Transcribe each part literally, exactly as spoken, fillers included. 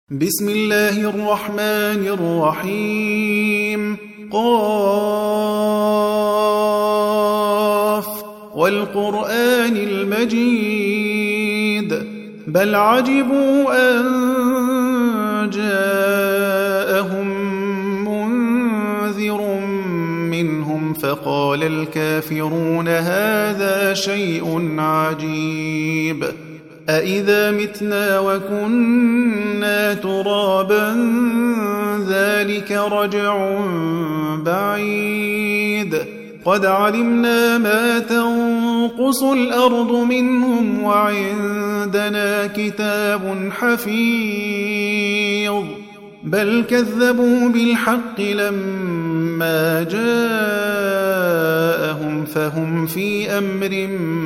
بسم الله الرحمن الرحيم قاف والقرآن المجيد بل عجبوا أن جاءهم منذر منهم فقال الكافرون هذا شيء عجيب أإذا متنا وكنا ترابا ذلك رجع بعيد قد علمنا ما تنقص الأرض منهم وعندنا كتاب حفيظ بل كذبوا بالحق لما جاءهم فهم في أمر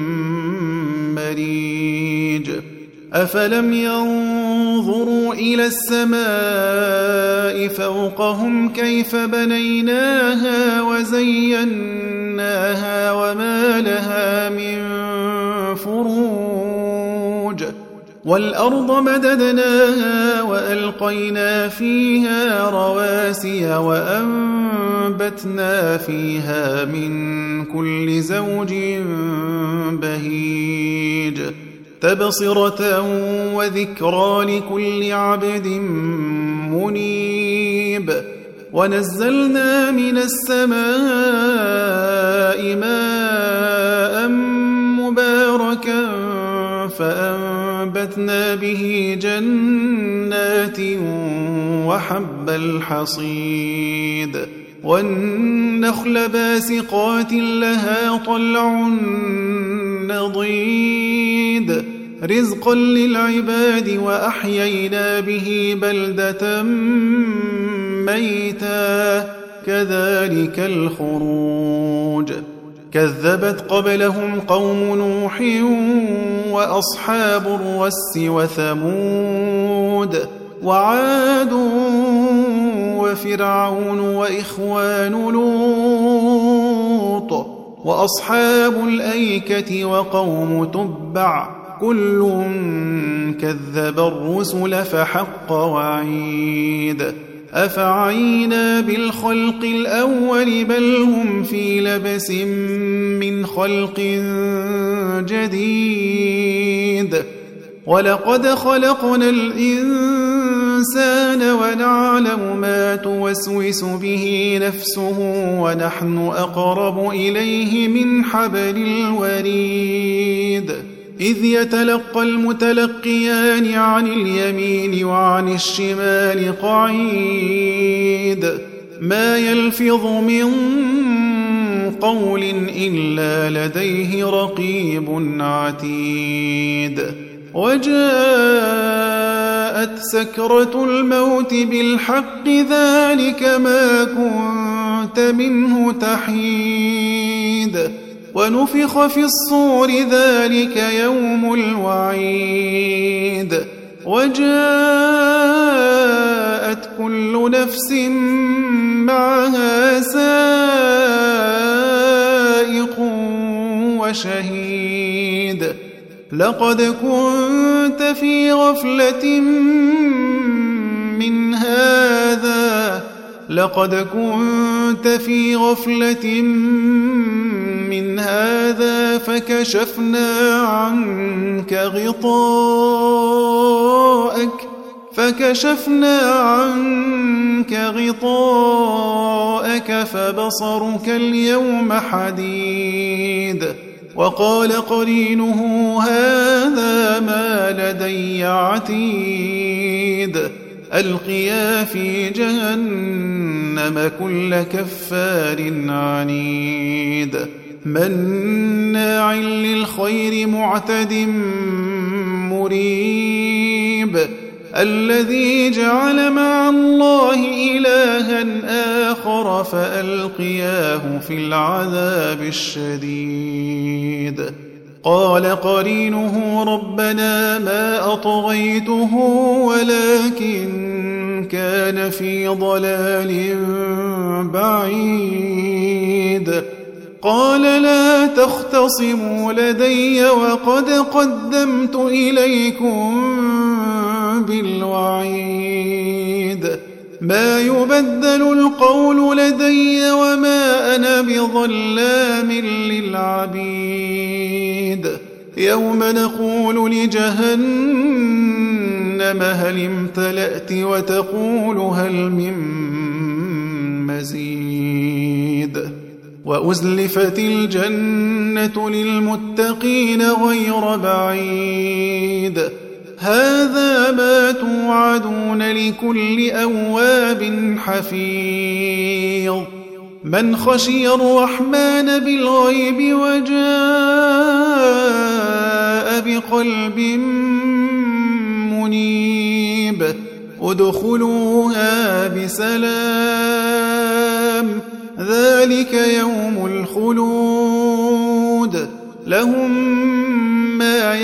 مريج أفلم ينظروا إلى السماء فوقهم كيف بنيناها وزيناها وما لها من فروج والأرض مددناها وألقينا فيها رواسي وأنبتنا فيها من كل زوج بهيج تبصرة وذكرى لكل عبد منيب ونزلنا من السماء ماء مباركا فأنبتنا به جنات وحب الحصيد والنخل باسقات لها طلع نضيد رزقا للعباد وأحيينا به بلدة ميتا كذلك الخروج كذبت قبلهم قوم نوح وأصحاب الرس وثمود وعاد وفرعون وإخوان لوط وأصحاب الأيكة وقوم تبع كل كذب الرسل فحق وعيد أفعينا بالخلق الأول بل هم في لبس من خلق جديد ولقد خلقنا الإنسان ونعلم ما توسوس به نفسه ونحن أقرب إليه من حبل الوريد إذ يتلقى المتلقيان عن اليمين وعن الشمال قعيد ما يلفظ من قول إلا لديه رقيب عتيد وجاءت سكرة الموت بالحق ذلك ما كنت منه تحيد ونفخ في الصور ذلك يوم الوعيد وجاءت كل نفس معها سائق وشهيد لقد كنت في غفلة من هذا لقد كنت في غفلة من هذا فكشفنا عنك غطاءك فكشفنا عنك غطاءك فبصرك اليوم حديد وقال قرينه هذا ما لدي عتيد ألقيا في جهنم كل كفار عنيد مناع للخير معتد مريب الذي جعل مع الله إلها آخر فألقياه في العذاب الشديد قال قرينه ربنا ما أطغيته ولكن كان في ضلال بعيد قال لا تختصموا لدي وقد قدمت إليكم بالوعيد ما يبدل القول لدي وما أنا بظلام للعبيد يوم نقول لجهنم هل امتلأت وتقول هل من مزيد وأزلفت الجنة للمتقين غير بعيد هذا ما توعدون لكل أواب حفيظ من خشي الرحمن بالغيب وجاء بقلب منيب ادخلوها بسلام ذلك يوم الخلود لهم ما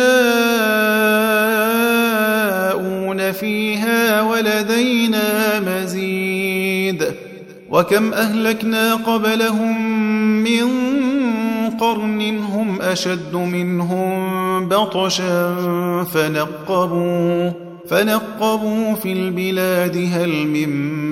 يشاءون فيها ولدينا مزيد وكم أهلكنا قبلهم من قرن هم أشد منهم بطشا فنقبوا, فنقبوا في البلاد هل من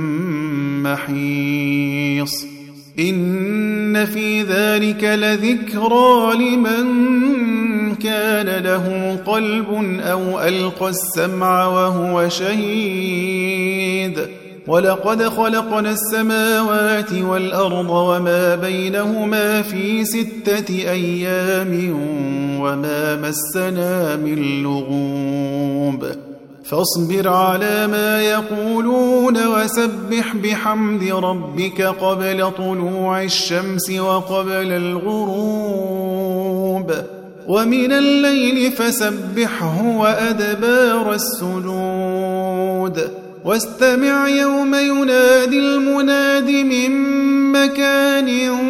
محيص إن في ذلك لذكرى لمن كان له قلب أو ألقى السمع وهو شهيد ولقد خلقنا السماوات والأرض وما بينهما في ستة أيام وما مسنا من لغوب فاصبر على ما يقولون وسبح بحمد ربك قبل طلوع الشمس وقبل الغروب ومن الليل فسبحه وأدبار السجود واستمع يوم ينادي المناد من مكان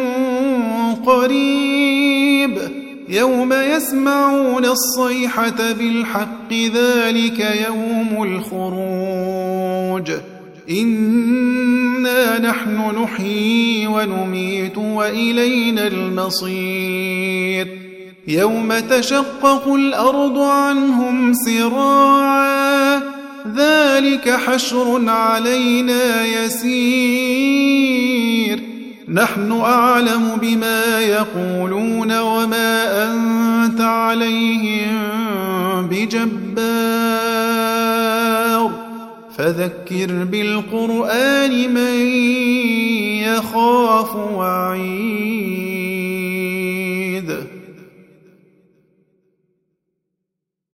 قريب يوم يسمعون الصيحة بالحق ذلك يوم الخروج إنا نحن نحيي ونميت وإلينا المصير يوم تشقق الأرض عنهم سراعا ذلك حشر علينا يسير نحن أعلم بما يقولون وما أنت عليهم بجبار فذكر بالقرآن من يخاف وعيد